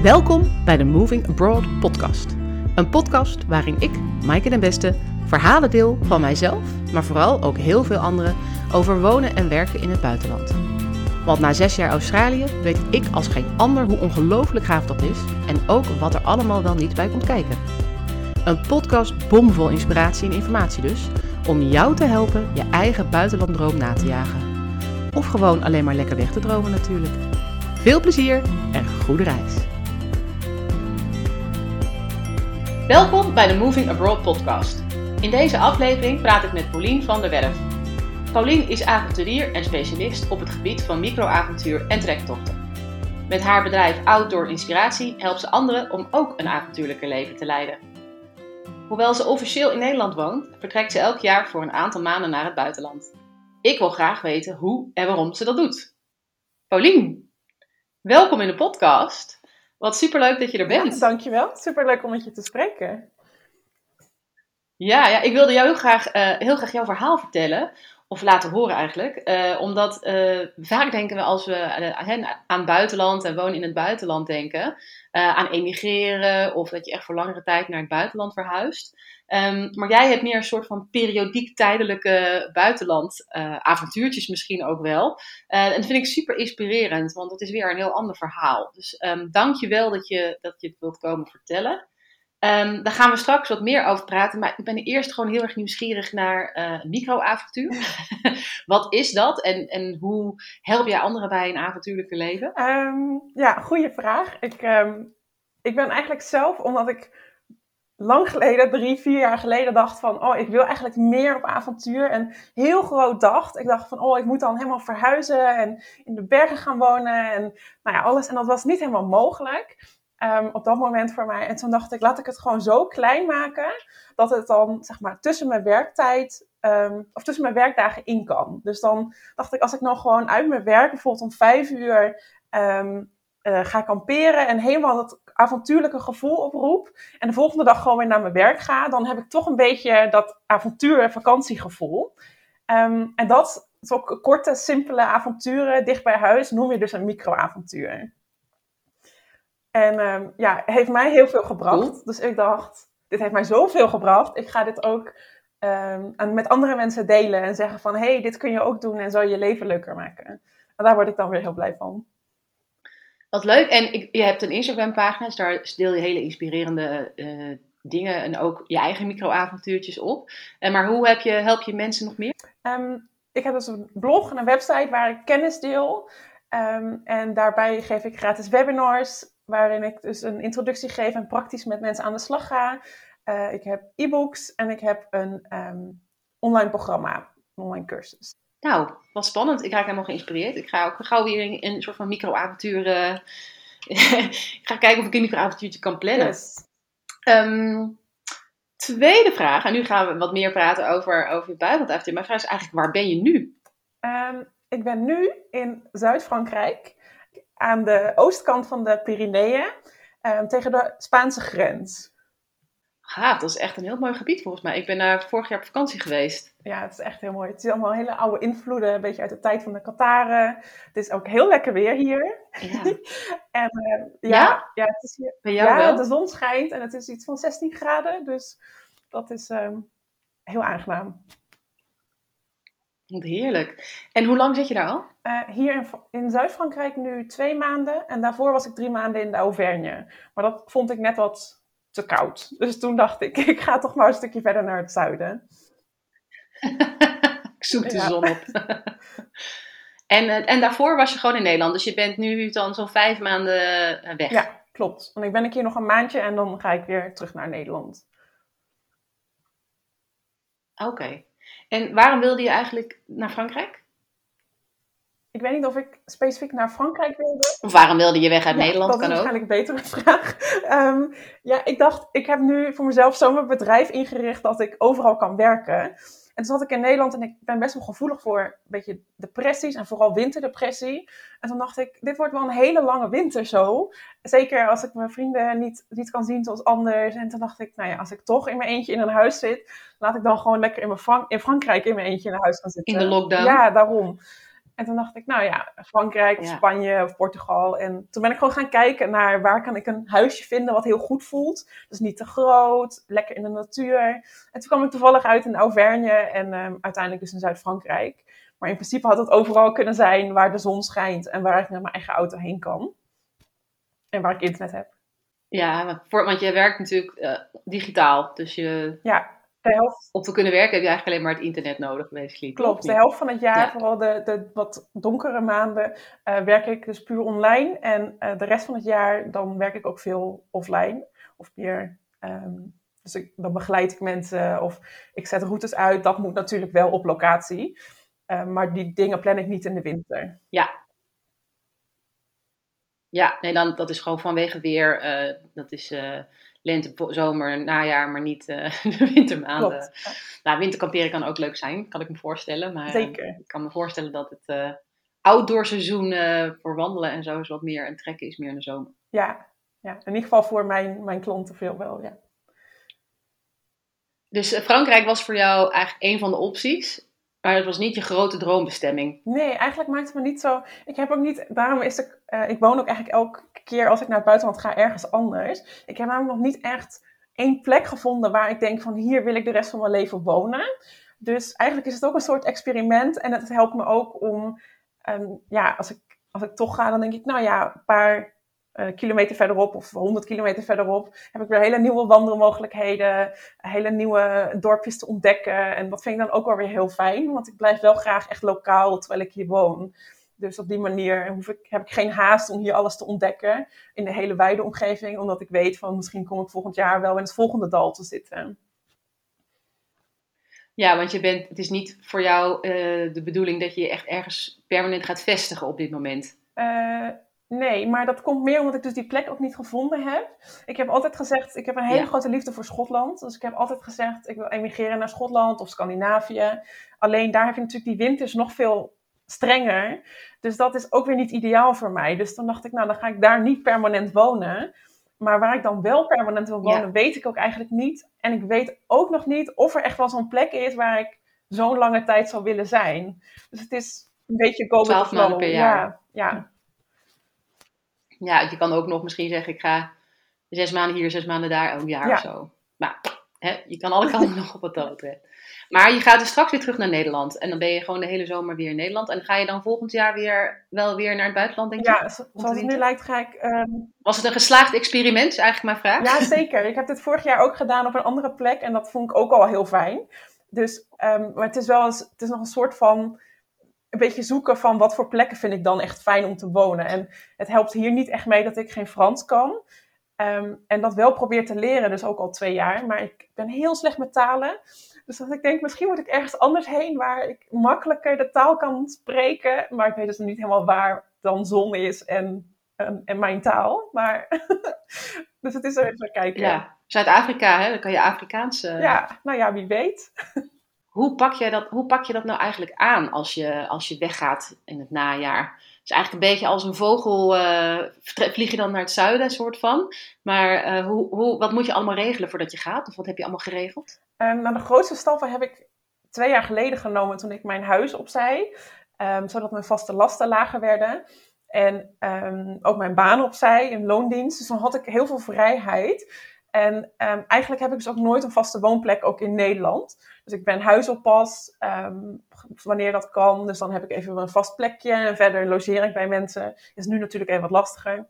Welkom bij de Moving Abroad podcast. Een podcast waarin ik, Maaike den Beste, verhalen deel van mijzelf, maar vooral ook heel veel anderen over wonen en werken in het buitenland. Want na 6 jaar Australië weet ik als geen ander hoe ongelooflijk gaaf dat is en ook wat er allemaal wel niet bij komt kijken. Een podcast bomvol inspiratie en informatie dus, om jou te helpen je eigen buitenlanddroom na te jagen. Of gewoon alleen maar lekker weg te dromen natuurlijk. Veel plezier en goede reis. Welkom bij de Moving Abroad podcast. In deze aflevering praat ik met Paulien van der Werf. Paulien is avonturier en specialist op het gebied van microavontuur en trektochten. Met haar bedrijf Outdoor Inspiratie helpt ze anderen om ook een avontuurlijker leven te leiden. Hoewel ze officieel in Nederland woont, vertrekt ze elk jaar voor een aantal maanden naar het buitenland. Ik wil graag weten hoe en waarom ze dat doet. Paulien, welkom in de podcast. Wat superleuk dat je er bent. Ja, dankjewel. Superleuk om met je te spreken. Ja, ik wilde jou heel graag jouw verhaal vertellen. Of laten horen eigenlijk. Omdat vaak denken we als we aan buitenland en wonen in het buitenland denken. Aan emigreren of dat je echt voor langere tijd naar het buitenland verhuist. Maar jij hebt meer een soort van periodiek tijdelijke buitenland avontuurtjes misschien ook wel. En dat vind ik super inspirerend, want het is weer een heel ander verhaal. Dus dank je wel dat je het wilt komen vertellen. Daar gaan we straks wat meer over praten. Maar ik ben eerst gewoon heel erg nieuwsgierig naar microavontuur. Wat is dat en hoe help jij anderen bij een avontuurlijke leven? Ja, goede vraag. Ik ben eigenlijk zelf, omdat ik lang geleden, 3-4 jaar geleden, dacht van, ik wil eigenlijk meer op avontuur. En heel groot dacht. Ik dacht van, ik moet dan helemaal verhuizen en in de bergen gaan wonen. En alles. En dat was niet helemaal mogelijk. Op dat moment voor mij. En toen dacht ik, laat ik het gewoon zo klein maken, dat het dan, zeg maar, tussen mijn werktijd, of tussen mijn werkdagen in kan. Dus dan dacht ik, als ik nou gewoon uit mijn werk, bijvoorbeeld om 5 uur, ga kamperen en helemaal dat avontuurlijke gevoel oproep. En de volgende dag gewoon weer naar mijn werk ga, dan heb ik toch een beetje dat avontuur- vakantiegevoel. En dat, zo korte, simpele avonturen dicht bij huis, noem je dus een microavontuur. En heeft mij heel veel gebracht. Cool. Dus ik dacht, dit heeft mij zoveel gebracht. Ik ga dit ook met andere mensen delen. En zeggen van, hey, dit kun je ook doen en zo je leven leuker maken. En daar word ik dan weer heel blij van. Wat leuk. En je hebt een Instagram pagina. Dus daar deel je hele inspirerende dingen. En ook je eigen microavontuurtjes op. Maar hoe help je mensen nog meer? Ik heb dus een blog en een website waar ik kennis deel. En daarbij geef ik gratis webinars, waarin ik dus een introductie geef en praktisch met mensen aan de slag ga. Ik heb e-books en ik heb een online programma, een online cursus. Nou, wat spannend. Ik raak helemaal geïnspireerd. Ik ga ook gauw weer in een soort van microavontuur. Ik ga kijken of ik een microavontuurtje kan plannen. Yes. Tweede vraag, en nu gaan we wat meer praten over je buitenlandavontuur. Mijn vraag is eigenlijk, waar ben je nu? Ik ben nu in Zuid-Frankrijk, aan de oostkant van de Pyreneeën, tegen de Spaanse grens. Gaaf, dat is echt een heel mooi gebied volgens mij. Ik ben daar vorig jaar op vakantie geweest. Ja, het is echt heel mooi. Het is allemaal hele oude invloeden, een beetje uit de tijd van de Kataren. Het is ook heel lekker weer hier. Ja. En het is hier, bij jou wel? De zon schijnt en het is iets van 16 graden. Dus dat is heel aangenaam. Wat heerlijk. En hoe lang zit je daar al? Hier in Zuid-Frankrijk nu 2 maanden. En daarvoor was ik 3 maanden in de Auvergne. Maar dat vond ik net wat te koud. Dus toen dacht ik ga toch maar een stukje verder naar het zuiden. Ik zoek de zon op. En daarvoor was je gewoon in Nederland. Dus je bent nu dan zo'n 5 maanden weg. Ja, klopt. Want ik ben hier nog een maandje en dan ga ik weer terug naar Nederland. Oké. En waarom wilde je eigenlijk naar Frankrijk? Ik weet niet of ik specifiek naar Frankrijk wilde. Of waarom wilde je weg uit Nederland? Dat is waarschijnlijk een betere vraag. Ik dacht, ik heb nu voor mezelf zo mijn bedrijf ingericht dat ik overal kan werken. En toen zat ik in Nederland en ik ben best wel gevoelig voor een beetje depressies en vooral winterdepressie. En toen dacht ik, dit wordt wel een hele lange winter zo. Zeker als ik mijn vrienden niet kan zien zoals anders. En toen dacht ik, als ik toch in mijn eentje in een huis zit, laat ik dan gewoon lekker in Frankrijk in mijn eentje in een huis gaan zitten. In de lockdown? Ja, daarom. En toen dacht ik, nou ja, Frankrijk of Ja. Spanje of Portugal. En toen ben ik gewoon gaan kijken naar waar kan ik een huisje vinden wat heel goed voelt. Dus niet te groot, lekker in de natuur. En toen kwam ik toevallig uit in Auvergne en uiteindelijk dus in Zuid-Frankrijk. Maar in principe had het overal kunnen zijn waar de zon schijnt en waar ik met mijn eigen auto heen kan. En waar ik internet heb. Ja, want je werkt natuurlijk digitaal. Dus Ja, de helft. om te kunnen werken heb je eigenlijk alleen maar het internet nodig, basically. Klopt, Toch? de helft van het jaar, Ja. vooral de wat donkere maanden, werk ik dus puur online. En de rest van het jaar, dan werk ik ook veel offline. Of meer, dus dan begeleid ik mensen of ik zet routes uit. Dat moet natuurlijk wel op locatie. Maar die dingen plan ik niet in de winter. Ja, nee, dat is gewoon vanwege weer. Dat is lente, zomer, najaar, maar niet de wintermaanden. Klopt, ja. Nou, winterkamperen kan ook leuk zijn, kan ik me voorstellen. Maar Zeker. ik kan me voorstellen dat het outdoor seizoen voor wandelen en zo is wat meer en trekken is meer in de zomer. Ja, in ieder geval voor mijn klanten veel wel, ja. Dus Frankrijk was voor jou eigenlijk een van de opties. Maar het was niet je grote droombestemming. Nee, eigenlijk maakt het me niet zo. Ik heb ook niet. Daarom is ik woon ook eigenlijk elke keer als ik naar het buitenland ga ergens anders. Ik heb namelijk nog niet echt één plek gevonden waar ik denk van hier wil ik de rest van mijn leven wonen. Dus eigenlijk is het ook een soort experiment en het helpt me ook om, als ik toch ga, dan denk ik, nou ja, een paar kilometer verderop of 100 kilometer verderop heb ik weer hele nieuwe wandelmogelijkheden, hele nieuwe dorpjes te ontdekken. En dat vind ik dan ook wel weer heel fijn, want ik blijf wel graag echt lokaal terwijl ik hier woon. Dus op die manier heb ik geen haast om hier alles te ontdekken in de hele wijde omgeving, omdat ik weet van misschien kom ik volgend jaar wel in het volgende dal te zitten. Ja, want het is niet voor jou de bedoeling dat je je echt ergens permanent gaat vestigen op dit moment. Nee, maar dat komt meer omdat ik dus die plek ook niet gevonden heb. Ik heb altijd gezegd, ik heb een hele grote liefde voor Schotland. Dus ik heb altijd gezegd, ik wil emigreren naar Schotland of Scandinavië. Alleen daar heb je natuurlijk die winters nog veel strenger. Dus dat is ook weer niet ideaal voor mij. Dus dan dacht ik, nou dan ga ik daar niet permanent wonen. Maar waar ik dan wel permanent wil wonen, weet ik ook eigenlijk niet. En ik weet ook nog niet of er echt wel zo'n plek is waar ik zo'n lange tijd zou willen zijn. Dus het is een beetje go with the flow. 12 maanden per jaar. Ja. Ja, je kan ook nog misschien zeggen, ik ga 6 maanden hier, 6 maanden daar, een jaar of zo. Maar je kan alle kanten nog op het dat betreft. Maar je gaat dus straks weer terug naar Nederland. En dan ben je gewoon de hele zomer weer in Nederland. En ga je dan volgend jaar weer naar het buitenland, denk je? Ja, zoals het nu lijkt ga ik... Was het een geslaagd experiment, is eigenlijk mijn vraag. Ja, zeker. Ik heb dit vorig jaar ook gedaan op een andere plek. En dat vond ik ook al heel fijn. Dus, maar het is nog een soort van... Een beetje zoeken van wat voor plekken vind ik dan echt fijn om te wonen. En het helpt hier niet echt mee dat ik geen Frans kan. En dat wel probeer te leren, dus ook al 2 jaar. Maar ik ben heel slecht met talen. Dus dat ik denk, misschien moet ik ergens anders heen waar ik makkelijker de taal kan spreken. Maar ik weet dus niet helemaal waar dan zon is en mijn taal. Maar dus het is er even kijken. Ja, Zuid-Afrika, hè? Dan kan je Afrikaans... Ja, nou ja, wie weet. Hoe pak je dat nou eigenlijk aan als je weggaat in het najaar? Het is eigenlijk een beetje als een vogel, vlieg je dan naar het zuiden, soort van. Maar wat moet je allemaal regelen voordat je gaat? Of wat heb je allemaal geregeld? Nou, de grootste stappen heb ik 2 jaar geleden genomen toen ik mijn huis opzij. Zodat mijn vaste lasten lager werden. En ook mijn baan opzij in loondienst. Dus dan had ik heel veel vrijheid. En eigenlijk heb ik dus ook nooit een vaste woonplek, ook in Nederland. Dus ik ben huisoppas, wanneer dat kan. Dus dan heb ik even een vast plekje. En verder logeer ik bij mensen. Is nu natuurlijk even wat lastiger.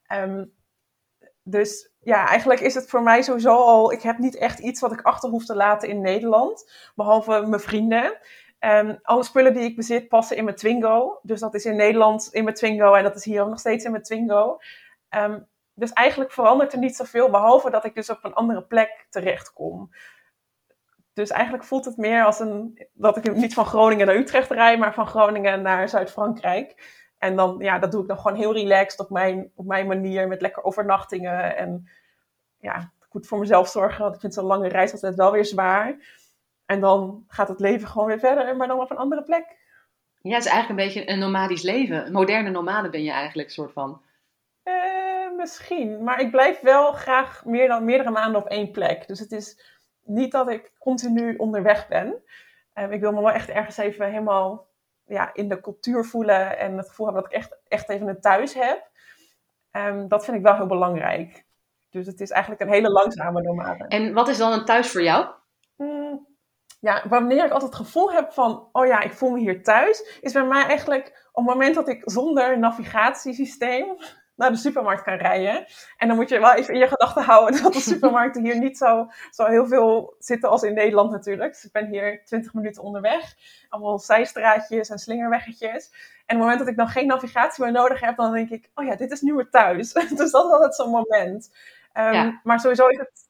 Dus ja, eigenlijk is het voor mij sowieso al... Ik heb niet echt iets wat ik achter hoef te laten in Nederland. Behalve mijn vrienden. Alle spullen die ik bezit passen in mijn Twingo. Dus dat is in Nederland in mijn Twingo. En dat is hier ook nog steeds in mijn Twingo. Dus eigenlijk verandert er niet zoveel. Behalve dat ik dus op een andere plek terechtkom. Dus eigenlijk voelt het meer als dat ik niet van Groningen naar Utrecht rijd. Maar van Groningen naar Zuid-Frankrijk. En dan, ja, dat doe ik dan gewoon heel relaxed op mijn manier. Met lekker overnachtingen. En ja, goed voor mezelf zorgen. Want ik vind zo'n lange reis altijd wel weer zwaar. En dan gaat het leven gewoon weer verder. Maar dan op een andere plek. Ja, het is eigenlijk een beetje een nomadisch leven. Een moderne nomade ben je eigenlijk, soort van. Misschien. Maar ik blijf wel graag meerdere maanden op één plek. Dus het is niet dat ik continu onderweg ben. Ik wil me wel echt ergens even helemaal in de cultuur voelen en het gevoel hebben dat ik echt even een thuis heb. Dat vind ik wel heel belangrijk. Dus het is eigenlijk een hele langzame nomade. En wat is dan een thuis voor jou? Mm, Ja, wanneer ik altijd het gevoel heb van, oh ja, ik voel me hier thuis, is bij mij eigenlijk op het moment dat ik zonder navigatiesysteem naar de supermarkt kan rijden. En dan moet je wel even in je gedachten houden dat de supermarkten hier niet zo heel veel zitten als in Nederland natuurlijk. Dus ik ben hier 20 minuten onderweg. Allemaal zijstraatjes en slingerweggetjes. En op het moment dat ik dan geen navigatie meer nodig heb, dan denk ik, oh ja, dit is nu weer thuis. Dus dat is altijd zo'n moment. Ja. Maar sowieso is het...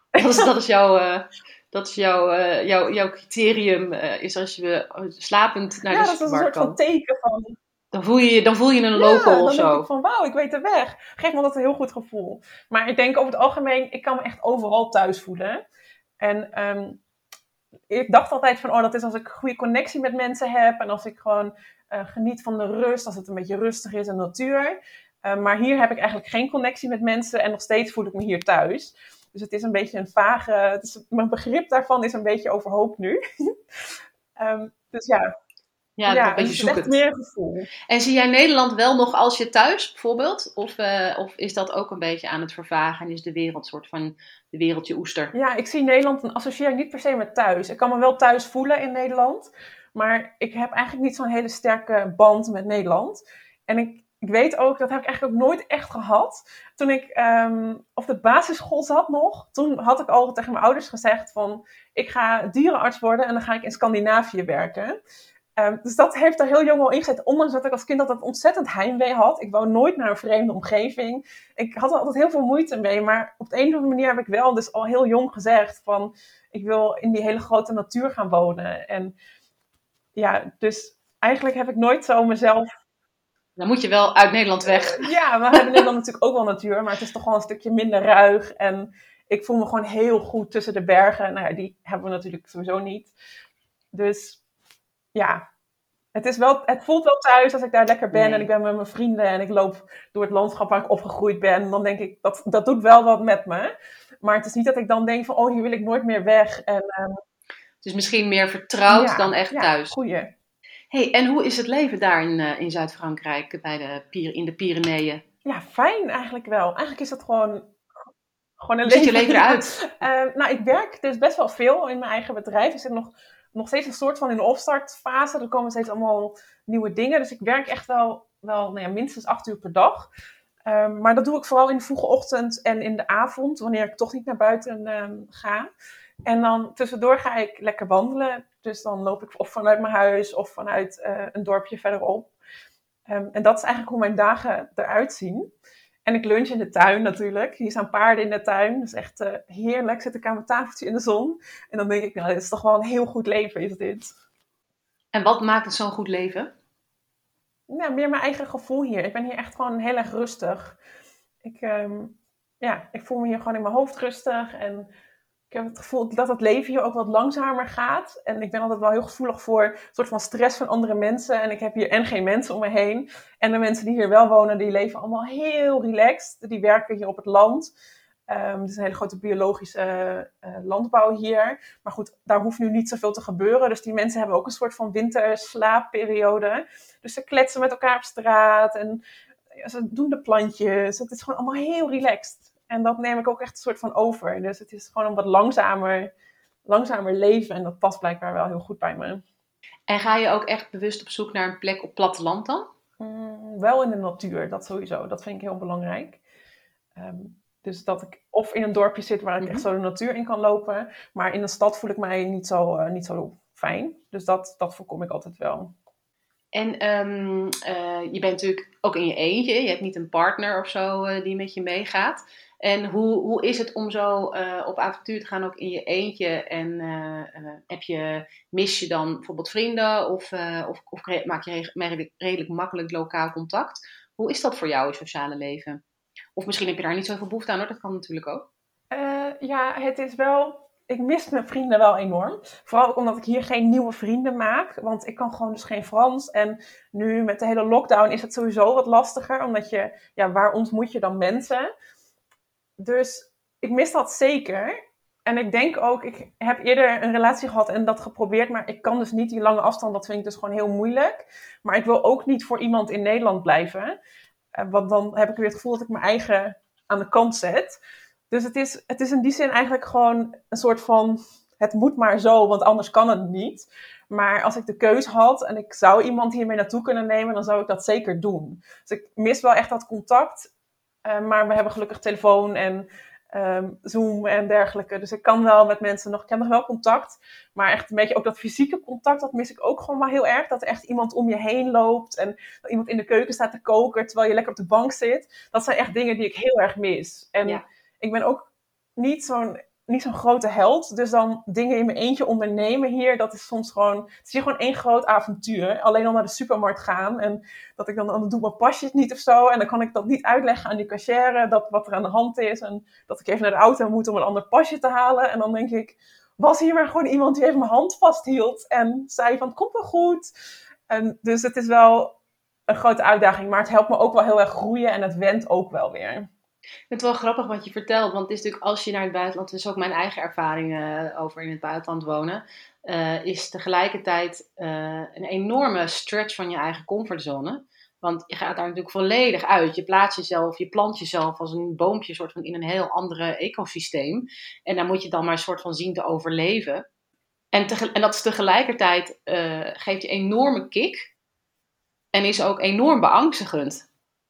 Dat is jouw criterium, is als je slapend naar de Ja, dat is een supermarkt soort van kan. teken van... Dan voel je een Ja, local of dan denk ik zo. van wauw, ik weet de weg. Geeft me dat een heel goed gevoel. Maar ik denk over het algemeen, ik kan me echt overal thuis voelen. En ik dacht altijd van, oh, dat is als ik een goede connectie met mensen heb. En als ik gewoon geniet van de rust, als het een beetje rustig is en natuur. Maar hier heb ik eigenlijk geen connectie met mensen en nog steeds voel ik me hier thuis. Dus het is een beetje een vage, mijn begrip daarvan is een beetje overhoop nu. Dus ja, Ja, een ja, en beetje het is echt zoekend. meer een gevoel. En zie jij Nederland wel nog als je thuis, bijvoorbeeld? Of is dat ook een beetje aan het vervagen en is de wereld soort van de wereldje oester? Ja, ik zie Nederland en associeer ik niet per se met thuis. Ik kan me wel thuis voelen in Nederland. Maar ik heb eigenlijk niet zo'n hele sterke band met Nederland. En ik weet ook, dat heb ik eigenlijk ook nooit echt gehad. Toen ik op de basisschool zat nog, toen had ik al tegen mijn ouders gezegd van... ik ga dierenarts worden en dan ga ik in Scandinavië werken. Dus dat heeft er heel jong al ingezet. Ondanks dat ik als kind altijd ontzettend heimwee had. Ik wou nooit naar een vreemde omgeving. Ik had er altijd heel veel moeite mee. Maar op de een of andere manier heb ik wel dus al heel jong gezegd van... ik wil in die hele grote natuur gaan wonen. En ja, dus eigenlijk heb ik nooit zo mezelf... Dan moet je wel uit Nederland weg. Ja, we hebben in Nederland natuurlijk ook wel natuur. Maar het is toch wel een stukje minder ruig. En ik voel me gewoon heel goed tussen de bergen. Nou ja, die hebben we natuurlijk sowieso niet. Dus ja... Het voelt wel thuis als ik daar lekker ben en ik ben met mijn vrienden en ik loop door het landschap waar ik opgegroeid ben. Dan denk ik, dat doet wel wat met me. Maar het is niet dat ik dan denk van, oh, hier wil ik nooit meer weg. En, Het is misschien meer vertrouwd dan echt thuis. Goeie. Hey, en hoe is het leven daar in Zuid-Frankrijk, in de Pyreneeën? Ja, fijn eigenlijk wel. Eigenlijk is het gewoon een Hoe leven. ziet je leven eruit? Nou, ik werk dus best wel veel in mijn eigen bedrijf. Ik zit nog steeds een soort van in de opstartfase. Er komen steeds allemaal nieuwe dingen. Dus ik werk echt wel nou ja, minstens 8 uur per dag. Maar dat doe ik vooral in de vroege ochtend en in de avond, wanneer ik toch niet naar buiten ga. En dan tussendoor ga ik lekker wandelen. Dus dan loop ik of vanuit mijn huis of vanuit een dorpje verderop. En dat is eigenlijk hoe mijn dagen eruit zien. En ik lunch in de tuin natuurlijk. Hier staan paarden in de tuin. Dat is echt heerlijk. Zit ik aan mijn tafeltje in de zon. En dan denk ik, nou, dit is toch wel een heel goed leven, is dit. En wat maakt het zo'n goed leven? Ja, meer mijn eigen gevoel hier. Ik ben hier echt gewoon heel erg rustig. Ik voel me hier gewoon in mijn hoofd rustig. En ik heb het gevoel dat het leven hier ook wat langzamer gaat. En ik ben altijd wel heel gevoelig voor een soort van stress van andere mensen. En ik heb hier geen mensen om me heen. En de mensen die hier wel wonen, die leven allemaal heel relaxed. Die werken hier op het land. Het is een hele grote biologische landbouw hier. Maar goed, daar hoeft nu niet zoveel te gebeuren. Dus die mensen hebben ook een soort van winterslaapperiode. Dus ze kletsen met elkaar op straat. En ze doen de plantjes. Het is gewoon allemaal heel relaxed. En dat neem ik ook echt een soort van over. Dus het is gewoon een wat langzamer leven. En dat past blijkbaar wel heel goed bij me. En ga je ook echt bewust op zoek naar een plek op platteland dan? Wel in de natuur, dat sowieso. Dat vind ik heel belangrijk. Dus dat ik of in een dorpje zit waar ik echt zo de natuur in kan lopen. Maar in de stad voel ik mij niet zo fijn. Dus dat voorkom ik altijd wel. En je bent natuurlijk ook in je eentje. Je hebt niet een partner of zo die met je meegaat. En hoe is het om zo op avontuur te gaan ook in je eentje? En mis je dan bijvoorbeeld vrienden? Of maak je redelijk makkelijk lokaal contact? Hoe is dat voor jou, je sociale leven? Of misschien heb je daar niet zoveel behoefte aan hoor. Dat kan natuurlijk ook. Het is wel... Ik mis mijn vrienden wel enorm. Vooral ook omdat ik hier geen nieuwe vrienden maak. Want ik kan gewoon dus geen Frans. En nu met de hele lockdown is het sowieso wat lastiger. Omdat waar ontmoet je dan mensen? Dus ik mis dat zeker. En ik denk ook, ik heb eerder een relatie gehad en dat geprobeerd, maar ik kan dus niet die lange afstand, dat vind ik dus gewoon heel moeilijk. Maar ik wil ook niet voor iemand in Nederland blijven, want dan heb ik weer het gevoel dat ik mijn eigen aan de kant zet. Dus het is in die zin eigenlijk gewoon een soort van, het moet maar zo, want anders kan het niet. Maar als ik de keus had en ik zou iemand hiermee naartoe kunnen nemen, dan zou ik dat zeker doen. Dus ik mis wel echt dat contact, maar we hebben gelukkig telefoon en Zoom en dergelijke. Dus ik kan wel met mensen nog, ik heb nog wel contact. Maar echt een beetje ook dat fysieke contact, dat mis ik ook gewoon maar heel erg. Dat er echt iemand om je heen loopt en dat iemand in de keuken staat te koken terwijl je lekker op de bank zit. Dat zijn echt dingen die ik heel erg mis. En Ja. ik ben ook niet zo'n grote held. Dus dan dingen in mijn eentje ondernemen hier, dat is soms gewoon, het is hier gewoon één groot avontuur. Alleen al naar de supermarkt gaan en dat ik dan doe mijn pasje niet of zo. En dan kan ik dat niet uitleggen aan die cashier, dat wat er aan de hand is. En dat ik even naar de auto moet om een ander pasje te halen. En dan denk ik, was hier maar gewoon iemand die even mijn hand vasthield en zei van, het komt wel goed. En dus het is wel een grote uitdaging, maar het helpt me ook wel heel erg groeien en het wendt ook wel weer. Ik vind het wel grappig wat je vertelt, want het is natuurlijk als je naar het buitenland, het is ook mijn eigen ervaring over in het buitenland wonen, is tegelijkertijd een enorme stretch van je eigen comfortzone. Want je gaat daar natuurlijk volledig uit. Je plaatst jezelf, je plant jezelf als een boompje soort van in een heel andere ecosysteem. En daar moet je dan maar een soort van zien te overleven. En dat is tegelijkertijd geeft je enorme kick en is ook enorm beangstigend.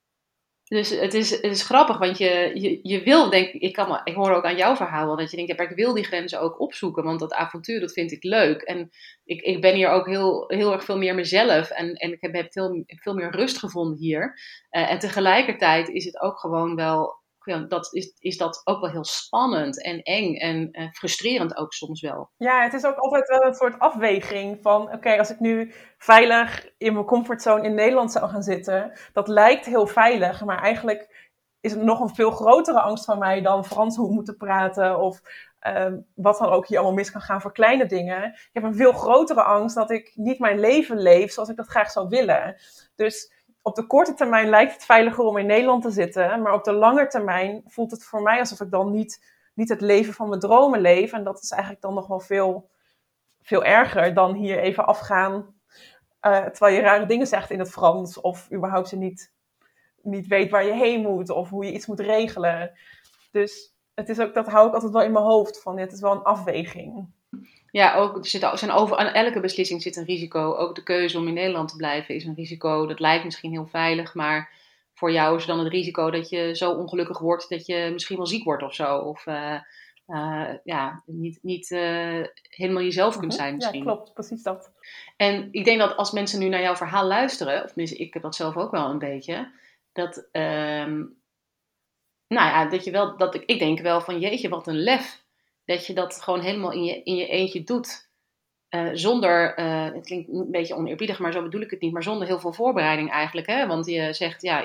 Dus het is grappig, want je wil, denk ik, ik hoor ook aan jouw verhaal wel dat je denkt, ja, maar ik wil die grenzen ook opzoeken, want dat avontuur, dat vind ik leuk. En ik ben hier ook heel erg veel meer mezelf en ik heb veel meer rust gevonden hier. En tegelijkertijd is het ook gewoon wel, ja, is dat ook wel heel spannend en eng en frustrerend ook soms wel. Ja, het is ook altijd wel een soort afweging van, oké, als ik nu veilig in mijn comfortzone in Nederland zou gaan zitten, dat lijkt heel veilig, maar eigenlijk is het nog een veel grotere angst van mij dan Frans hoe moeten praten of wat dan ook hier allemaal mis kan gaan voor kleine dingen. Ik heb een veel grotere angst dat ik niet mijn leven leef zoals ik dat graag zou willen. Dus op de korte termijn lijkt het veiliger om in Nederland te zitten, maar op de lange termijn voelt het voor mij alsof ik dan niet het leven van mijn dromen leven. En dat is eigenlijk dan nog wel veel erger dan hier even afgaan. Terwijl je rare dingen zegt in het Frans. Of überhaupt je niet weet waar je heen moet. Of hoe je iets moet regelen. Dus het is ook, dat hou ik altijd wel in mijn hoofd. Van, het is wel een afweging. Ja, ook, aan elke beslissing zit een risico. Ook de keuze om in Nederland te blijven is een risico. Dat lijkt misschien heel veilig, maar voor jou is er dan het risico dat je zo ongelukkig wordt dat je misschien wel ziek wordt of zo. Of ja, niet helemaal jezelf kunt zijn Ja, misschien. klopt. Precies dat. En ik denk dat als mensen nu naar jouw verhaal luisteren, of tenminste, ik heb dat zelf ook wel een beetje, dat, nou ja, ik denk wel van jeetje, wat een lef. Dat je dat gewoon helemaal in je eentje doet. Zonder, het klinkt een beetje oneerbiedig, maar zo bedoel ik het niet, maar zonder heel veel voorbereiding eigenlijk. Hè? Want je zegt, ja,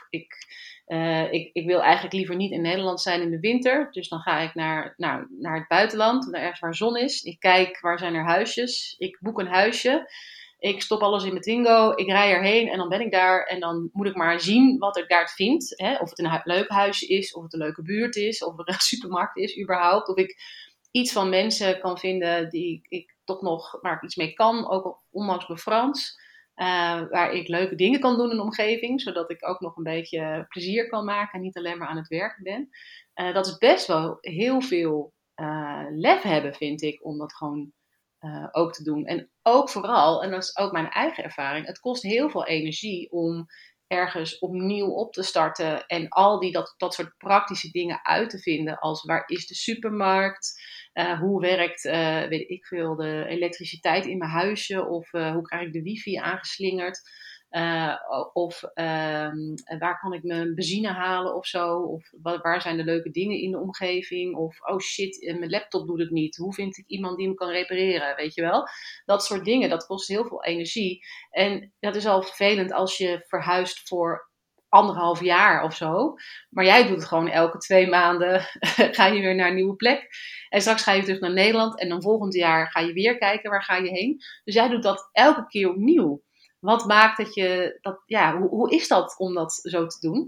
ik wil eigenlijk liever niet in Nederland zijn in de winter. Dus dan ga ik naar het buitenland, naar ergens waar zon is. Ik kijk, waar zijn er huisjes? Ik boek een huisje. Ik stop alles in mijn Twingo, ik rij erheen en dan ben ik daar. En dan moet ik maar zien wat ik daar vind. Hè? Of het een leuk huisje is, of het een leuke buurt is, of er een supermarkt is überhaupt. Of ik iets van mensen kan vinden die ik toch nog, waar ik iets mee kan, ook ondanks mijn Frans. Waar ik leuke dingen kan doen in de omgeving, zodat ik ook nog een beetje plezier kan maken en niet alleen maar aan het werken ben. Dat is best wel heel veel lef hebben, vind ik, om dat gewoon ook te doen. En ook vooral, en dat is ook mijn eigen ervaring, het kost heel veel energie om ergens opnieuw op te starten en al dat soort praktische dingen uit te vinden, als waar is de supermarkt, hoe werkt, weet ik veel, de elektriciteit in mijn huisje, of hoe krijg ik de wifi aangeslingerd, of waar kan ik mijn benzine halen of zo, of waar zijn de leuke dingen in de omgeving, of oh shit, mijn laptop doet het niet, hoe vind ik iemand die hem kan repareren, weet je wel. Dat soort dingen, dat kost heel veel energie. En dat is al vervelend als je verhuist voor 1,5 jaar of zo. Maar jij doet het gewoon elke 2 maanden. Ga je weer naar een nieuwe plek. En straks ga je terug naar Nederland. En dan volgend jaar ga je weer kijken waar ga je heen. Dus jij doet dat elke keer opnieuw. Wat maakt dat je... Ja, hoe is dat om dat zo te doen?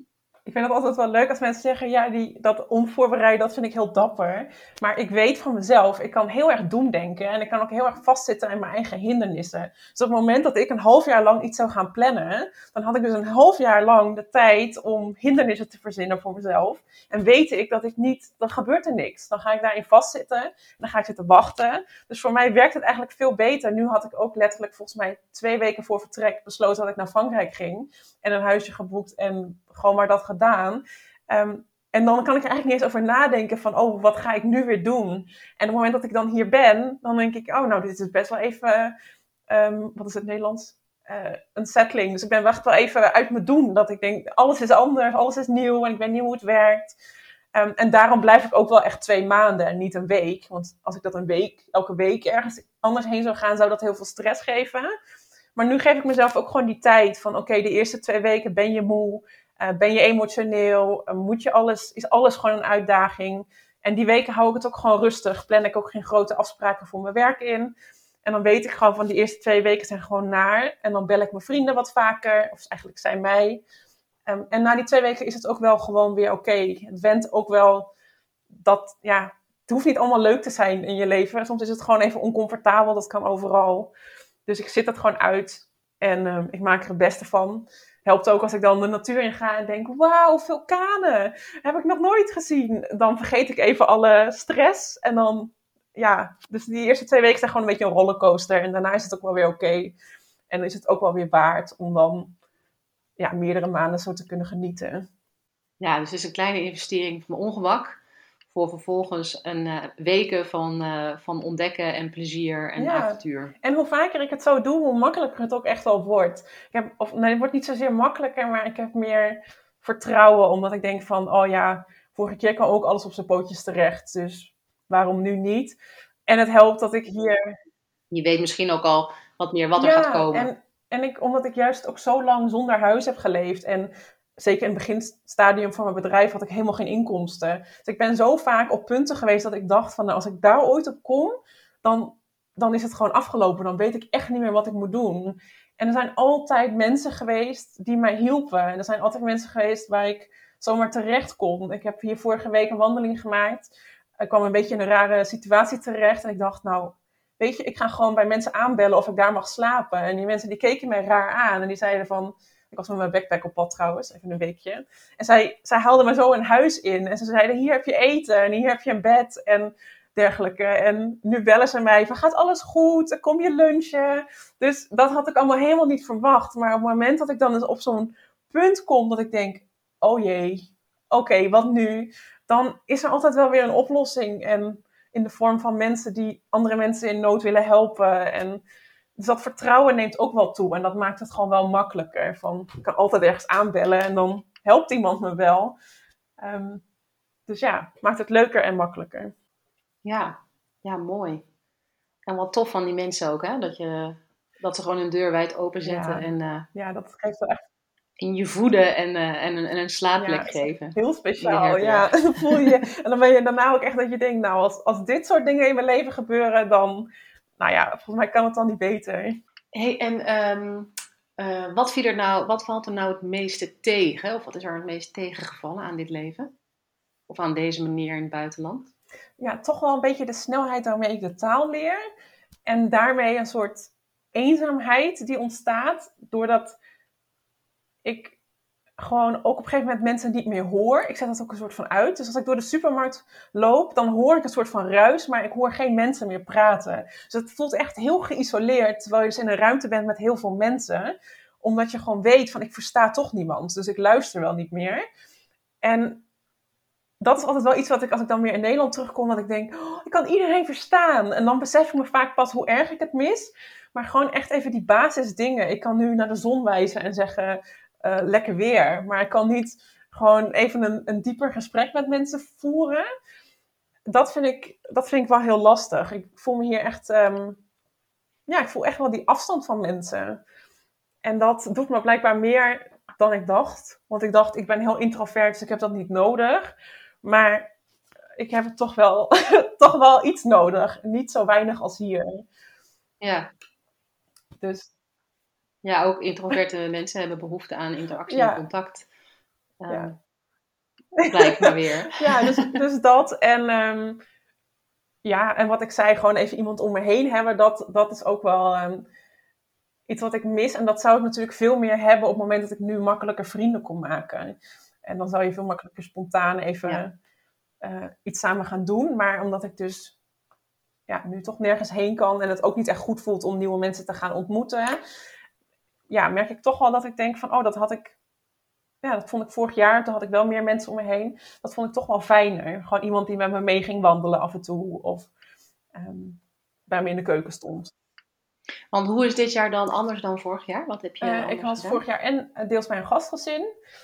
Ik vind het altijd wel leuk als mensen zeggen, ja, dat onvoorbereid, dat vind ik heel dapper. Maar ik weet van mezelf, ik kan heel erg doemdenken en ik kan ook heel erg vastzitten in mijn eigen hindernissen. Dus op het moment dat ik een half jaar lang iets zou gaan plannen, dan had ik dus een half jaar lang de tijd om hindernissen te verzinnen voor mezelf. En weet ik dat dan gebeurt er niks. Dan ga ik daarin vastzitten en dan ga ik zitten wachten. Dus voor mij werkt het eigenlijk veel beter. Nu had ik ook letterlijk volgens mij 2 weken voor vertrek besloten dat ik naar Frankrijk ging. En een huisje geboekt en gewoon maar dat gedaan. En dan kan ik er eigenlijk niet eens over nadenken van, oh, wat ga ik nu weer doen? En op het moment dat ik dan hier ben, dan denk ik, oh, nou, dit is best wel even, wat is het Nederlands? Een settling. Dus ik ben echt wel even uit mijn doen. Dat ik denk, alles is anders, alles is nieuw en ik weet niet hoe het werkt. En daarom blijf ik ook wel echt 2 maanden en niet een week. Want als ik dat elke week ergens anders heen zou gaan, zou dat heel veel stress geven. Maar nu geef ik mezelf ook gewoon die tijd van, oké, de eerste 2 weken ben je moe, ben je emotioneel, is alles gewoon een uitdaging. En die weken hou ik het ook gewoon rustig, plan ik ook geen grote afspraken voor mijn werk in. En dan weet ik gewoon van die eerste 2 weken zijn gewoon naar. En dan bel ik mijn vrienden wat vaker, of eigenlijk zij mij. En na die 2 weken is het ook wel gewoon weer oké. Het went ook wel dat, ja, het hoeft niet allemaal leuk te zijn in je leven. Soms is het gewoon even oncomfortabel, dat kan overal. Dus ik zit het gewoon uit en ik maak er het beste van. Helpt ook als ik dan de natuur in ga en denk, wauw, vulkanen, heb ik nog nooit gezien. Dan vergeet ik even alle stress en dan, ja, dus die eerste 2 weken zijn gewoon een beetje een rollercoaster. En daarna is het ook wel weer oké. En is het ook wel weer waard om dan, ja, meerdere maanden zo te kunnen genieten. Ja, dus het is een kleine investering van ongemak. Voor vervolgens weken van ontdekken en plezier en Ja, avontuur. en hoe vaker ik het zo doe, hoe makkelijker het ook echt wel wordt. Nee, het wordt niet zozeer makkelijker, maar ik heb meer vertrouwen. Omdat ik denk van, oh ja, vorige keer kwam ook alles op zijn pootjes terecht. Dus waarom nu niet? En het helpt dat ik hier. Je weet misschien ook al wat meer wat er gaat Ja, komen. omdat ik juist ook zo lang zonder huis heb geleefd. En zeker in het beginstadium van mijn bedrijf had ik helemaal geen inkomsten. Dus ik ben zo vaak op punten geweest dat ik dacht van, nou, als ik daar ooit op kom, dan, dan is het gewoon afgelopen. Dan weet ik echt niet meer wat ik moet doen. En er zijn altijd mensen geweest die mij hielpen. En er zijn altijd mensen geweest waar ik zomaar terecht kon. Ik heb hier vorige week een wandeling gemaakt. Ik kwam een beetje in een rare situatie terecht. En ik dacht, nou, weet je, ik ga gewoon bij mensen aanbellen of ik daar mag slapen. En die mensen die keken mij raar aan. En die zeiden van, ik was met mijn backpack op pad trouwens, even een weekje. En zij haalden me zo een huis in. En ze zeiden, hier heb je eten en hier heb je een bed en dergelijke. En nu bellen ze mij van, gaat alles goed? Kom je lunchen? Dus dat had ik allemaal helemaal niet verwacht. Maar op het moment dat ik dan eens op zo'n punt kom dat ik denk, oh jee, oké, wat nu? Dan is er altijd wel weer een oplossing. En in de vorm van mensen die andere mensen in nood willen helpen. En dus dat vertrouwen neemt ook wel toe. En dat maakt het gewoon wel makkelijker. Van, ik kan altijd ergens aanbellen en dan helpt iemand me wel. Dus ja, maakt het leuker en makkelijker. Ja, ja, mooi. En wat tof van die mensen ook, hè? Dat ze gewoon hun deur wijd openzetten Ja, en ja, dat geeft wel echt, in je voeden en een ja, slaapplek is echt geven heel in de speciaal. Ja, herberg. dan voel je. En dan ben je daarna ook echt dat je denkt, nou, als dit soort dingen in mijn leven gebeuren, dan, nou ja, volgens mij kan het dan niet beter. Hey, en wat valt er nou het meeste tegen? Of wat is er het meest tegengevallen aan dit leven? Of aan deze manier in het buitenland? Ja, toch wel een beetje de snelheid waarmee ik de taal leer. En daarmee een soort eenzaamheid die ontstaat doordat ik gewoon ook op een gegeven moment mensen niet meer hoor. Ik zet dat ook een soort van uit. Dus als ik door de supermarkt loop, dan hoor ik een soort van ruis, maar ik hoor geen mensen meer praten. Dus het voelt echt heel geïsoleerd, terwijl je dus in een ruimte bent met heel veel mensen. Omdat je gewoon weet van, ik versta toch niemand. Dus ik luister wel niet meer. En dat is altijd wel iets wat ik, als ik dan weer in Nederland terugkom, dat ik denk, oh, ik kan iedereen verstaan. En dan besef ik me vaak pas hoe erg ik het mis. Maar gewoon echt even die basisdingen. Ik kan nu naar de zon wijzen en zeggen, lekker weer. Maar ik kan niet gewoon even een dieper gesprek met mensen voeren. Dat vind ik wel heel lastig. Ik voel me hier echt, ja, ik voel echt wel die afstand van mensen. En dat doet me blijkbaar meer dan ik dacht. Want ik dacht, ik ben heel introvert, dus ik heb dat niet nodig. Maar ik heb het toch wel, toch wel iets nodig. Niet zo weinig als hier. Ja. Dus Ja, ook introverte mensen hebben behoefte aan interactie en ja, contact. Ehm, ja. Blijkt maar weer. Ja, dus dat. En en wat ik zei, gewoon even iemand om me heen hebben, dat is ook wel iets wat ik mis. En dat zou ik natuurlijk veel meer hebben op het moment dat ik nu makkelijker vrienden kon maken. En dan zou je veel makkelijker spontaan even iets samen gaan doen. Maar omdat ik dus nu toch nergens heen kan en het ook niet echt goed voelt om nieuwe mensen te gaan ontmoeten, merk ik toch wel dat ik denk van, dat vond ik vorig jaar. Toen had ik wel meer mensen om me heen. Dat vond ik toch wel fijner. Gewoon iemand die met me mee ging wandelen af en toe. Of bij me in de keuken stond. Want hoe is dit jaar dan anders dan vorig jaar? Wat heb je Ik was gedaan? vorig jaar en deels bij een gastgezin.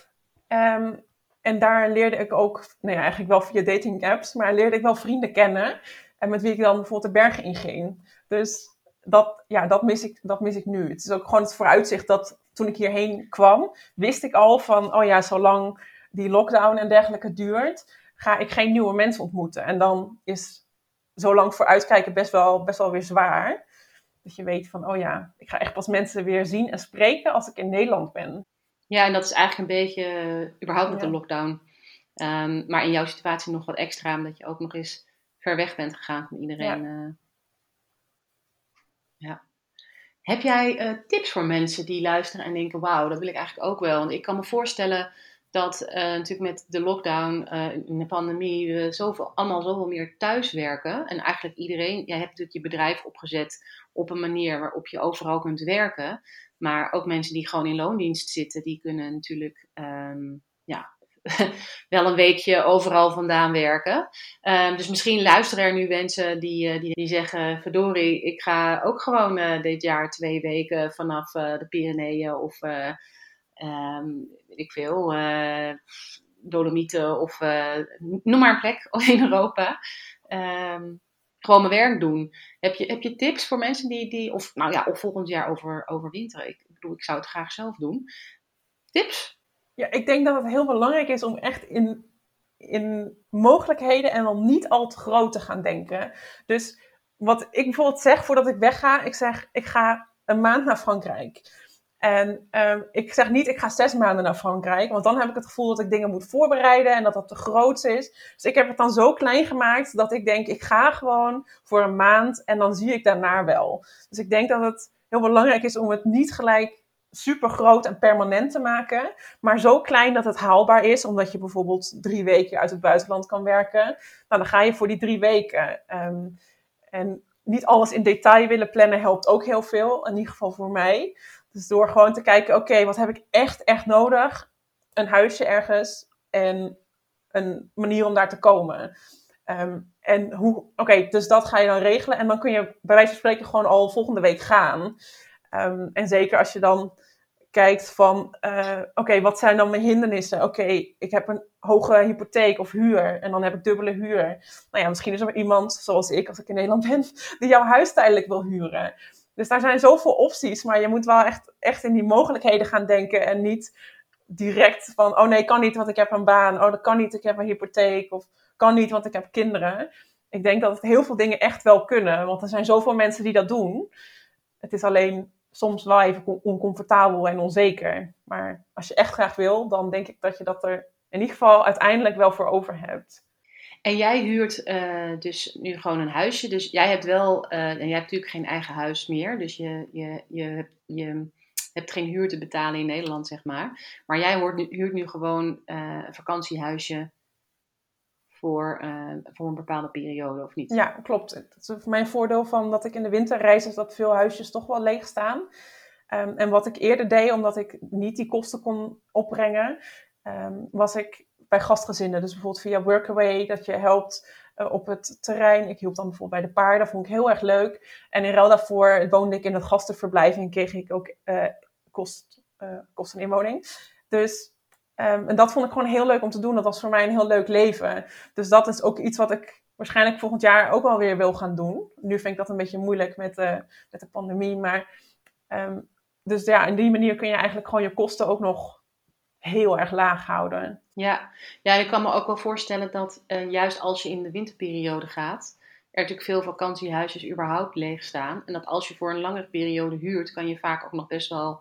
En daar leerde ik ook, eigenlijk wel via dating apps, maar leerde ik wel vrienden kennen. En met wie ik dan bijvoorbeeld de bergen in ging. Dus dat mis ik nu. Het is ook gewoon het vooruitzicht dat toen ik hierheen kwam, wist ik al van, zolang die lockdown en dergelijke duurt, ga ik geen nieuwe mensen ontmoeten. En dan is zo lang vooruitkijken best wel weer zwaar. Dat je weet van, ik ga echt pas mensen weer zien en spreken als ik in Nederland ben. Ja, en dat is eigenlijk een beetje überhaupt met de Ja. lockdown. Maar in jouw situatie nog wat extra, omdat je ook nog eens ver weg bent gegaan van iedereen. Ja. Heb jij tips voor mensen die luisteren en denken, wauw, dat wil ik eigenlijk ook wel. Want ik kan me voorstellen dat natuurlijk met de lockdown, in de pandemie, we allemaal zoveel meer thuiswerken. En eigenlijk iedereen, jij hebt natuurlijk je bedrijf opgezet op een manier waarop je overal kunt werken. Maar ook mensen die gewoon in loondienst zitten, die kunnen natuurlijk wel een weekje overal vandaan werken. Dus misschien luisteren er nu mensen die zeggen, verdorie, ik ga ook gewoon dit jaar 2 weken vanaf de Pyreneeën of weet ik veel, Dolomieten of noem maar een plek in Europa. Gewoon mijn werk doen. Heb je tips voor mensen of volgend jaar overwinteren? Ik bedoel, ik zou het graag zelf doen. Tips? Ja, ik denk dat het heel belangrijk is om echt in mogelijkheden en dan niet al te groot te gaan denken. Dus wat ik bijvoorbeeld zeg voordat ik wegga, ik ga een maand naar Frankrijk. En ik zeg niet, ik ga 6 maanden naar Frankrijk, want dan heb ik het gevoel dat ik dingen moet voorbereiden en dat dat te groot is. Dus ik heb het dan zo klein gemaakt dat ik denk, ik ga gewoon voor een maand en dan zie ik daarna wel. Dus ik denk dat het heel belangrijk is om het niet gelijk super groot en permanent te maken, maar zo klein dat het haalbaar is, omdat je bijvoorbeeld 3 weken uit het buitenland kan werken. Nou, dan ga je voor die 3 weken. En niet alles in detail willen plannen helpt ook heel veel, in ieder geval voor mij. Dus door gewoon te kijken, oké, wat heb ik echt nodig? Een huisje ergens en een manier om daar te komen. Dus dat ga je dan regelen en dan kun je bij wijze van spreken gewoon al volgende week gaan. En zeker als je dan kijkt van, wat zijn dan mijn hindernissen? Oké, ik heb een hoge hypotheek of huur en dan heb ik dubbele huur. Nou ja, misschien is er iemand, zoals ik, als ik in Nederland ben, die jouw huis tijdelijk wil huren. Dus daar zijn zoveel opties, maar je moet wel echt in die mogelijkheden gaan denken en niet direct van, oh nee, kan niet, want ik heb een baan. Oh, dat kan niet, ik heb een hypotheek. Of kan niet, want ik heb kinderen. Ik denk dat het heel veel dingen echt wel kunnen, want er zijn zoveel mensen die dat doen. Het is alleen soms wel even oncomfortabel en onzeker. Maar als je echt graag wil, dan denk ik dat je dat er in ieder geval uiteindelijk wel voor over hebt. En jij huurt dus nu gewoon een huisje. Dus jij hebt wel, en jij hebt natuurlijk geen eigen huis meer. Dus je hebt geen huur te betalen in Nederland, zeg maar. Maar jij huurt nu gewoon een vakantiehuisje voor een bepaalde periode, of niet? Ja, klopt. Het is voor mij een voordeel van dat ik in de winter reis, is dat veel huisjes toch wel leeg staan. En wat ik eerder deed, omdat ik niet die kosten kon opbrengen, was ik bij gastgezinnen. Dus bijvoorbeeld via Workaway, dat je helpt op het terrein. Ik hielp dan bijvoorbeeld bij de paarden, vond ik heel erg leuk. En in ruil daarvoor woonde ik in het gastenverblijf en kreeg ik ook kosten inwoning. Dus en dat vond ik gewoon heel leuk om te doen. Dat was voor mij een heel leuk leven. Dus dat is ook iets wat ik waarschijnlijk volgend jaar ook wel weer wil gaan doen. Nu vind ik dat een beetje moeilijk met de pandemie. Maar dus ja, in die manier kun je eigenlijk gewoon je kosten ook nog heel erg laag houden. Ja, ik kan me ook wel voorstellen dat juist als je in de winterperiode gaat, er natuurlijk veel vakantiehuisjes überhaupt leeg staan. En dat als je voor een langere periode huurt, kan je vaak ook nog best wel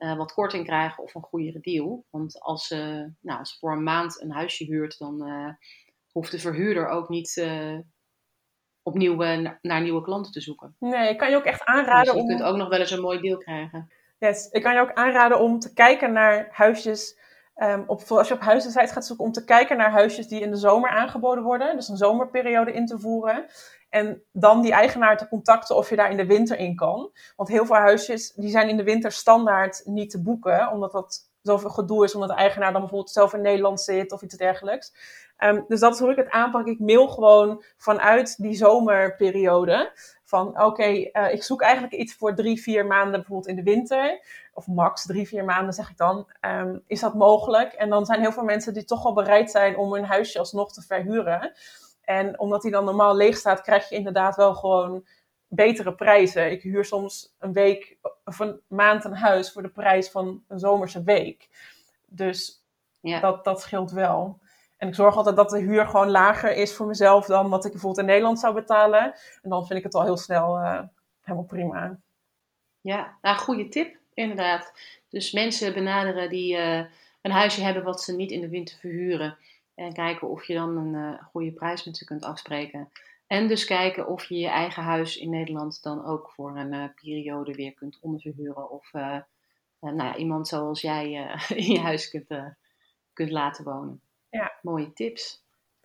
wat korting krijgen of een goedere deal. Want als ze voor een maand een huisje huurt, dan hoeft de verhuurder ook niet opnieuw naar nieuwe klanten te zoeken. Nee, ik kan je ook echt Dus aanraden je kunt ook nog wel eens een mooi deal krijgen. Yes, ik kan je ook aanraden om te kijken naar huisjes. Als je op huizensites gaat zoeken, om te kijken naar huisjes die in de zomer aangeboden worden. Dus een zomerperiode in te voeren. En dan die eigenaar te contacten of je daar in de winter in kan. Want heel veel huisjes die zijn in de winter standaard niet te boeken. Omdat dat zoveel gedoe is. Omdat de eigenaar dan bijvoorbeeld zelf in Nederland zit of iets dergelijks. Dus dat is hoe ik het aanpak. Ik mail gewoon vanuit die zomerperiode. Van oké, ik zoek eigenlijk iets voor 3-4 maanden bijvoorbeeld in de winter. Of max 3-4 maanden zeg ik dan. Is dat mogelijk? En dan zijn heel veel mensen die toch wel bereid zijn om hun huisje alsnog te verhuren. En omdat die dan normaal leeg staat, krijg je inderdaad wel gewoon betere prijzen. Ik huur soms een week of een maand een huis voor de prijs van een zomerse week. Dus dat scheelt wel. En ik zorg altijd dat de huur gewoon lager is voor mezelf dan wat ik bijvoorbeeld in Nederland zou betalen. En dan vind ik het al heel snel helemaal prima. Ja, goede tip inderdaad. Dus mensen benaderen die een huisje hebben wat ze niet in de winter verhuren. En kijken of je dan een goede prijs met ze kunt afspreken. En dus kijken of je je eigen huis in Nederland dan ook voor een periode weer kunt onderverhuren. Of iemand zoals jij in je huis kunt laten wonen. Ja. Mooie tips.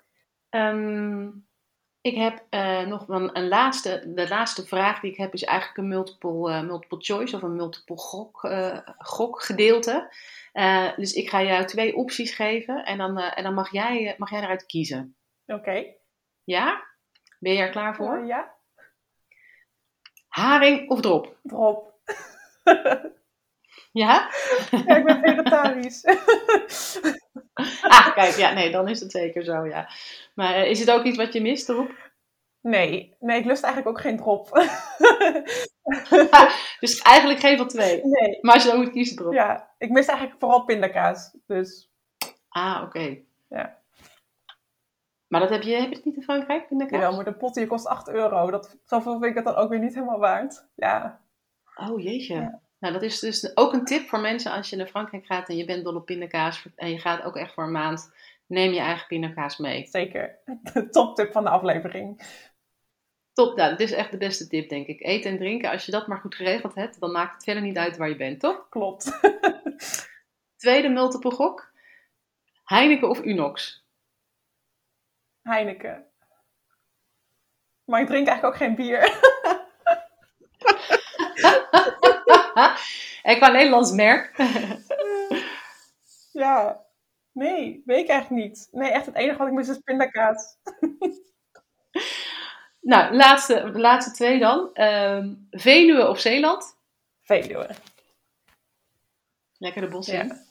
Ik heb nog wel de laatste vraag die ik heb is eigenlijk een multiple choice of een multiple gokgedeelte. Dus ik ga jou 2 opties geven en dan mag jij eruit kiezen. Oké. Ja? Ben je er klaar voor? Ja. Haring of drop? Drop. Ja? Ja, ik ben vegetarisch. Kijk, ja, nee, dan is het zeker zo, ja. Maar is het ook iets wat je mist, drop? Nee, ik lust eigenlijk ook geen drop. Dus eigenlijk geen van 2. Nee. Maar als je dan moet kiezen, drop. Ja, ik mis eigenlijk vooral pindakaas. Dus. Oké. Ja. Maar heb je het niet in Frankrijk, pindakaas? Jawel, maar de pot hier kost €8. Zoveel vind ik het dan ook weer niet helemaal waard. Ja. Oh, jeetje. Ja. Nou, dat is dus ook een tip voor mensen als je naar Frankrijk gaat en je bent dol op pindakaas en je gaat ook echt voor een maand. Neem je eigen pindakaas mee. Zeker. De toptip van de aflevering. Top, nou, dit is echt de beste tip, denk ik. Eten en drinken, als je dat maar goed geregeld hebt, dan maakt het verder niet uit waar je bent, toch? Klopt. Tweede multiple gok. Heineken of Unox? Heineken. Maar ik drink eigenlijk ook geen bier. En qua Nederlands merk? Ja. Nee, weet ik eigenlijk niet. Nee, echt het enige wat ik mis is pindakaas. Nou, de laatste 2 dan. Veluwe of Zeeland? Veluwe. Lekker de bos in. Ja.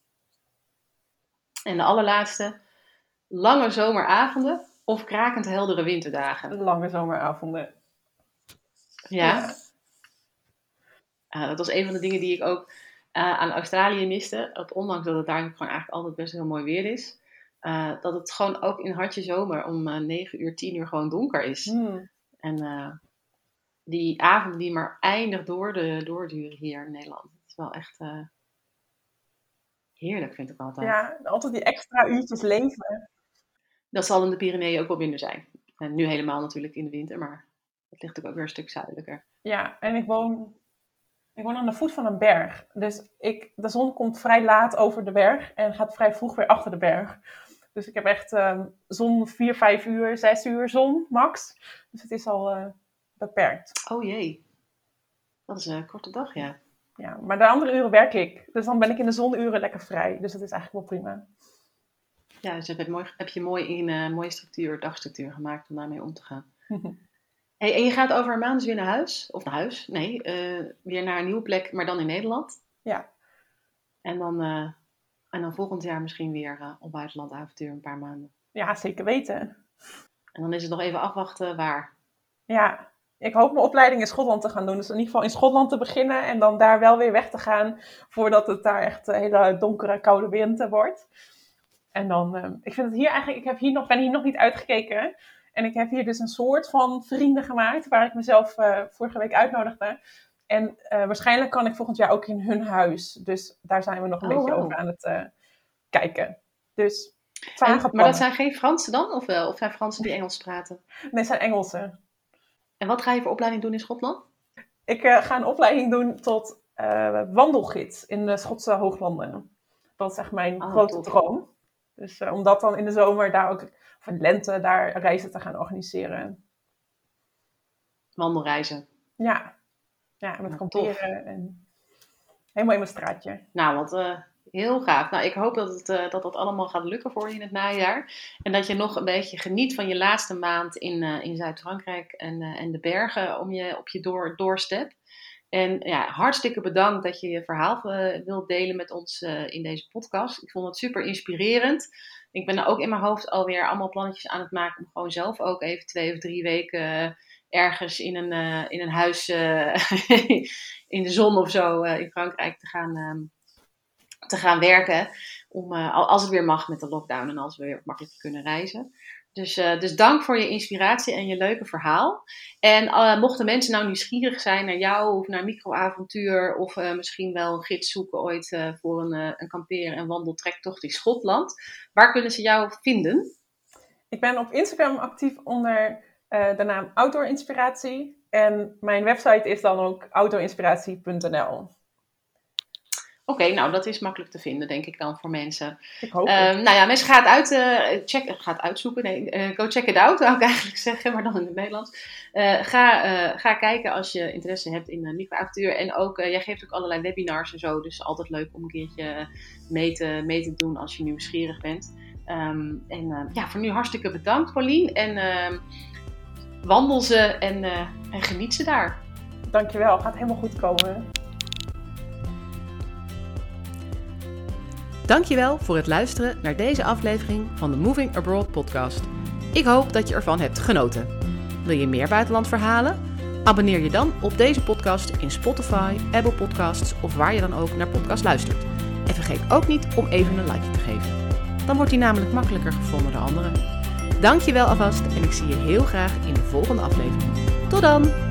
En de allerlaatste. Lange zomeravonden of krakend heldere winterdagen? Lange zomeravonden. Ja. Dat was een van de dingen die ik ook aan Australië miste. Ondanks dat het daar gewoon eigenlijk altijd best heel mooi weer is. Dat het gewoon ook in hartje zomer om 9 uur, 10 uur gewoon donker is. En die avonden die maar eindig doorduren hier in Nederland. Het is wel echt heerlijk, vind ik altijd. Ja, altijd die extra uurtjes leven. Dat zal in de Pyreneeën ook wel minder zijn. En nu helemaal natuurlijk in de winter, maar het ligt natuurlijk ook weer een stuk zuidelijker. Ja, en ik woon aan de voet van een berg. Dus de zon komt vrij laat over de berg en gaat vrij vroeg weer achter de berg. Dus ik heb echt zon 4, 5 uur, 6 uur zon max. Dus het is al beperkt. Oh jee, dat is een korte dag, ja. Ja, maar de andere uren werk ik. Dus dan ben ik in de zonuren lekker vrij. Dus dat is eigenlijk wel prima. Ja, dus heb je mooi in een mooie dagstructuur gemaakt om daarmee om te gaan. Hey, en je gaat over een maand dus weer naar huis? Of naar huis? Nee, weer naar een nieuwe plek, maar dan in Nederland. Ja. En dan volgend jaar misschien weer op buitenlandavontuur een paar maanden. Ja, zeker weten. En dan is het nog even afwachten waar. Ja, ik hoop mijn opleiding in Schotland te gaan doen. Dus in ieder geval in Schotland te beginnen en dan daar wel weer weg te gaan. Voordat het daar echt een hele donkere, koude winter wordt. En dan, ik vind het hier eigenlijk, ben hier nog niet uitgekeken. En ik heb hier dus een soort van vrienden gemaakt, waar ik mezelf vorige week uitnodigde. En waarschijnlijk kan ik volgend jaar ook in hun huis. Dus daar zijn we nog een beetje over aan het kijken. Dus maar dat zijn geen Fransen dan? Of zijn Fransen die Engels praten? Nee, het zijn Engelsen. En wat ga je voor opleiding doen in Schotland? Ik ga een opleiding doen tot wandelgids in de Schotse Hooglanden. Dat is echt mijn grote droom. Dus om dat dan in de zomer daar ook, of in de lente, daar reizen te gaan organiseren. Wandelreizen. Ja, met kamperen en helemaal in mijn straatje. Nou, wat heel gaaf. Nou, ik hoop dat allemaal gaat lukken voor je in het najaar. En dat je nog een beetje geniet van je laatste maand in Zuid-Frankrijk en de bergen op je doorstep. En ja, hartstikke bedankt dat je je verhaal wilt delen met ons in deze podcast. Ik vond het super inspirerend. Ik ben er ook in mijn hoofd alweer allemaal plannetjes aan het maken om gewoon zelf ook even 2 of 3 weken ergens in een huis in de zon of zo in Frankrijk te gaan werken. Als het weer mag met de lockdown en als we weer makkelijk kunnen reizen. Dus dank voor je inspiratie en je leuke verhaal. En mochten mensen nou nieuwsgierig zijn naar jou of naar microavontuur of misschien wel een gids zoeken ooit voor een kampeer- en wandeltrektocht in Schotland, waar kunnen ze jou vinden? Ik ben op Instagram actief onder de naam Outdoor Inspiratie. En mijn website is dan ook outdoorinspiratie.nl. Oké, nou dat is makkelijk te vinden, denk ik dan voor mensen. Ik hoop het. Nou ja, mensen gaat uitzoeken. Nee, go check it out, zou ik eigenlijk zeggen, maar dan in het Nederlands. Ga kijken als je interesse hebt in microavontuur. En ook, jij geeft ook allerlei webinars en zo, dus altijd leuk om een keertje mee te doen als je nieuwsgierig bent. Voor nu hartstikke bedankt, Paulien. En wandel ze en geniet ze daar. Dankjewel, gaat helemaal goed komen. Dankjewel voor het luisteren naar deze aflevering van de Moving Abroad podcast. Ik hoop dat je ervan hebt genoten. Wil je meer buitenlandverhalen? Abonneer je dan op deze podcast in Spotify, Apple Podcasts of waar je dan ook naar podcast luistert. En vergeet ook niet om even een like te geven. Dan wordt die namelijk makkelijker gevonden door anderen. Dankjewel alvast en ik zie je heel graag in de volgende aflevering. Tot dan!